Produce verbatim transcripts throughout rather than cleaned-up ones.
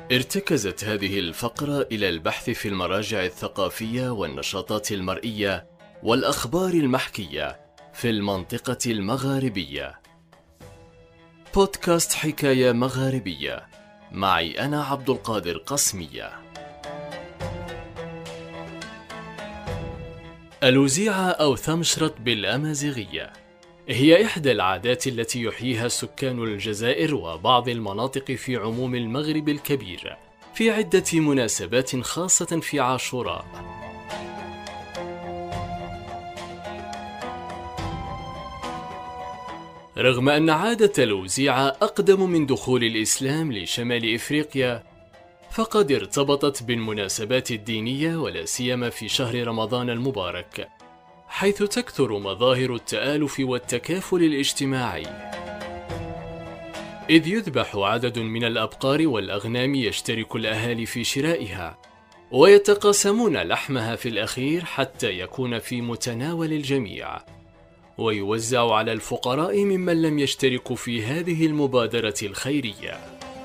ارتكزت هذه الفقرة إلى البحث في المراجع الثقافية والنشاطات المرئية والأخبار المحكية في المنطقة المغاربية. بودكاست حكاية مغاربية معي أنا عبد القادر قسمية. الوزيعة أو ثمشرت بالأمازيغية هي إحدى العادات التي يحييها سكان الجزائر وبعض المناطق في عموم المغرب الكبير في عدة مناسبات خاصة في عاشوراء. رغم أن عادة الوزيعة أقدم من دخول الإسلام لشمال إفريقيا، فقد ارتبطت بالمناسبات الدينية ولا سيما في شهر رمضان المبارك، حيث تكثر مظاهر التآلف والتكافل الاجتماعي، إذ يذبح عدد من الأبقار والأغنام يشترك الأهالي في شرائها، ويتقاسمون لحمها في الأخير حتى يكون في متناول الجميع، ويوزع على الفقراء ممن لم يشتركوا في هذه المبادرة الخيرية.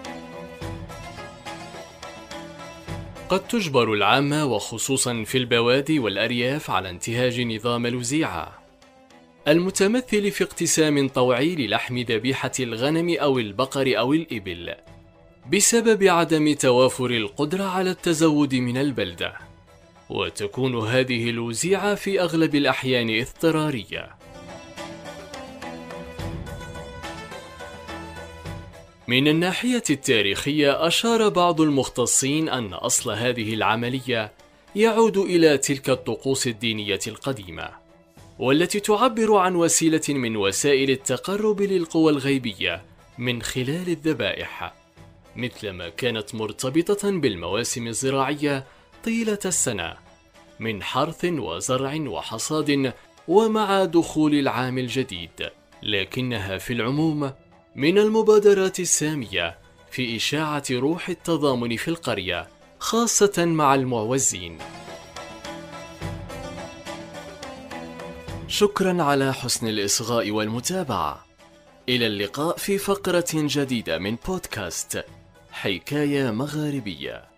قد تجبر العامة وخصوصا في البوادي والأرياف على انتهاج نظام الوزيعة المتمثل في اقتسام طوعي للحم ذبيحة الغنم أو البقر أو الإبل، بسبب عدم توافر القدرة على التزود من البلدة، وتكون هذه الوزيعة في أغلب الأحيان اضطرارية. من الناحية التاريخية، أشار بعض المختصين أن أصل هذه العملية يعود إلى تلك الطقوس الدينية القديمة، والتي تعبر عن وسيلة من وسائل التقرب للقوى الغيبية من خلال الذبائح، مثلما كانت مرتبطة بالمواسم الزراعية طيلة السنة من حرث وزرع وحصاد ومع دخول العام الجديد، لكنها في العموم من المبادرات السامية في إشاعة روح التضامن في القرية، خاصة مع المعوزين. شكرا على حسن الإصغاء والمتابعة. إلى اللقاء في فقرة جديدة من بودكاست حكاية مغاربية.